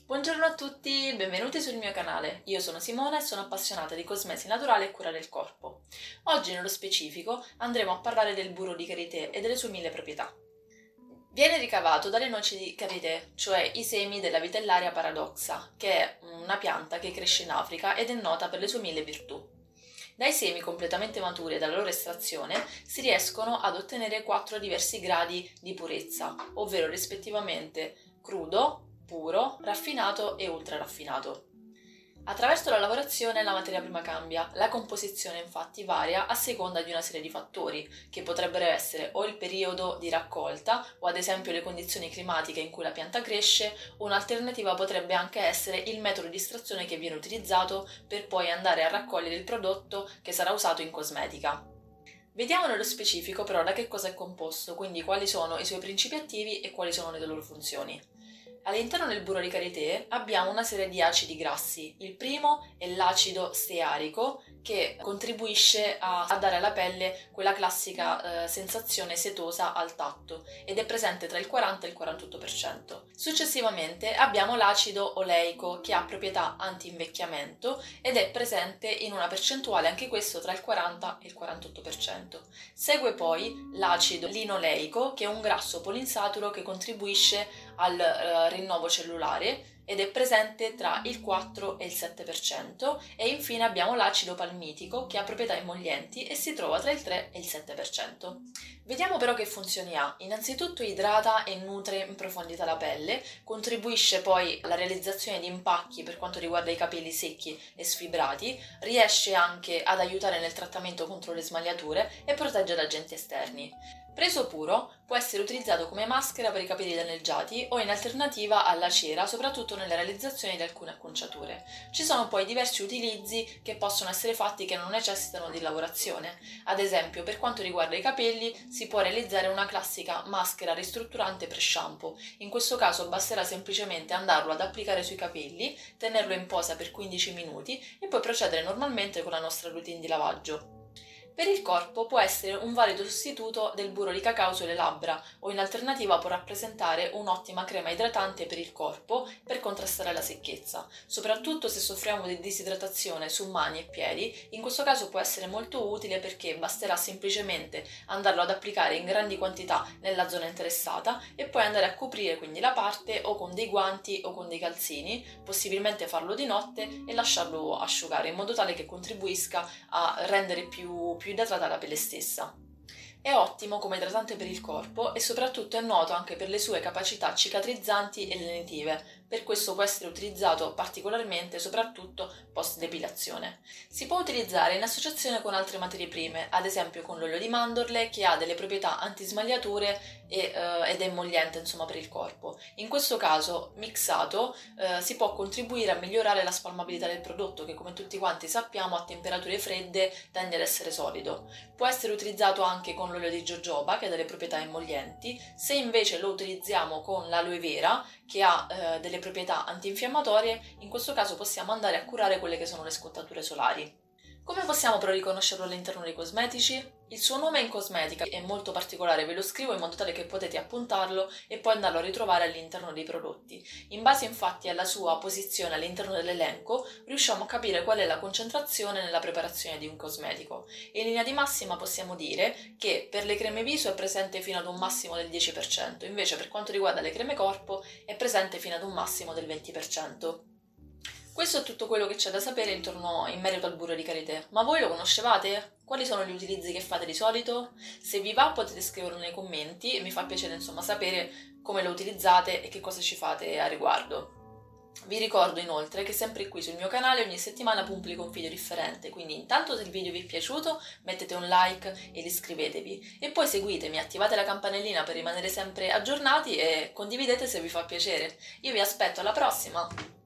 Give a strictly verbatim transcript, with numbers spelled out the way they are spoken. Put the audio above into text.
Buongiorno a tutti, benvenuti sul mio canale. Io sono Simona e sono appassionata di cosmesi naturale e cura del corpo. Oggi nello specifico andremo a parlare del burro di karité e delle sue mille proprietà. Viene ricavato dalle noci di karité, cioè i semi della vitellaria paradoxa, che è una pianta che cresce in Africa ed è nota per le sue mille virtù. Dai semi completamente maturi e dalla loro estrazione si riescono ad ottenere quattro diversi gradi di purezza, ovvero rispettivamente crudo, puro, raffinato e ultra raffinato. Attraverso la lavorazione la materia prima cambia, la composizione infatti varia a seconda di una serie di fattori, che potrebbero essere o il periodo di raccolta o ad esempio le condizioni climatiche in cui la pianta cresce, o un'alternativa potrebbe anche essere il metodo di estrazione che viene utilizzato per poi andare a raccogliere il prodotto che sarà usato in cosmetica. Vediamo nello specifico però da che cosa è composto, quindi quali sono i suoi principi attivi e quali sono le loro funzioni. All'interno del burro di karité abbiamo una serie di acidi grassi. Il primo è l'acido stearico, che contribuisce a, a dare alla pelle quella classica eh, sensazione setosa al tatto ed è presente tra il quaranta e il quarantotto per cento. Successivamente abbiamo l'acido oleico, che ha proprietà anti-invecchiamento ed è presente in una percentuale anche questo tra il quaranta e il quarantotto per cento. Segue poi l'acido linoleico, che è un grasso polinsaturo che contribuisce al eh, rinnovo cellulare ed è presente tra il quattro e il sette per cento, e infine abbiamo l'acido palmitico, che ha proprietà emollienti e si trova tra il tre e il sette per cento. Vediamo però che funzioni ha. Innanzitutto idrata e nutre in profondità la pelle, contribuisce poi alla realizzazione di impacchi per quanto riguarda i capelli secchi e sfibrati, riesce anche ad aiutare nel trattamento contro le smagliature e protegge da agenti esterni. Preso puro, può essere utilizzato come maschera per i capelli danneggiati o in alternativa alla cera, soprattutto nella realizzazione di alcune acconciature. Ci sono poi diversi utilizzi che possono essere fatti che non necessitano di lavorazione. Ad esempio, per quanto riguarda i capelli, si può realizzare una classica maschera ristrutturante pre-shampoo. In questo caso basterà semplicemente andarlo ad applicare sui capelli, tenerlo in posa per quindici minuti e poi procedere normalmente con la nostra routine di lavaggio. Per il corpo può essere un valido sostituto del burro di cacao sulle labbra o in alternativa può rappresentare un'ottima crema idratante per il corpo per contrastare la secchezza. Soprattutto se soffriamo di disidratazione su mani e piedi, in questo caso può essere molto utile perché basterà semplicemente andarlo ad applicare in grandi quantità nella zona interessata e poi andare a coprire quindi la parte o con dei guanti o con dei calzini, possibilmente farlo di notte e lasciarlo asciugare in modo tale che contribuisca a rendere più, più idratata la pelle stessa. È ottimo come idratante per il corpo e soprattutto è noto anche per le sue capacità cicatrizzanti e lenitive, per questo può essere utilizzato particolarmente soprattutto post depilazione. Si può utilizzare in associazione con altre materie prime, ad esempio con l'olio di mandorle, che ha delle proprietà antismagliature e, eh, ed è emolliente insomma per il corpo. In questo caso mixato eh, si può contribuire a migliorare la spalmabilità del prodotto, che come tutti quanti sappiamo a temperature fredde tende ad essere solido. Può essere utilizzato anche con l'olio di jojoba, che ha delle proprietà emollienti. Se invece lo utilizziamo con l'aloe vera, che ha eh, delle proprietà antinfiammatorie, in questo caso possiamo andare a curare quelle che sono le scottature solari. Come possiamo però riconoscerlo all'interno dei cosmetici? Il suo nome in cosmetica è molto particolare, ve lo scrivo in modo tale che potete appuntarlo e poi andarlo a ritrovare all'interno dei prodotti. In base infatti alla sua posizione all'interno dell'elenco riusciamo a capire qual è la concentrazione nella preparazione di un cosmetico. In linea di massima possiamo dire che per le creme viso è presente fino ad un massimo del dieci per cento, invece per quanto riguarda le creme corpo è presente fino ad un massimo del venti per cento. Questo è tutto quello che c'è da sapere intorno in merito al burro di karité. Ma voi lo conoscevate? Quali sono gli utilizzi che fate di solito? Se vi va potete scriverlo nei commenti e mi fa piacere insomma sapere come lo utilizzate e che cosa ci fate a riguardo. Vi ricordo inoltre che sempre qui sul mio canale ogni settimana pubblico un video differente, quindi intanto se il video vi è piaciuto mettete un like ed iscrivetevi e poi seguitemi, attivate la campanellina per rimanere sempre aggiornati e condividete se vi fa piacere. Io vi aspetto alla prossima!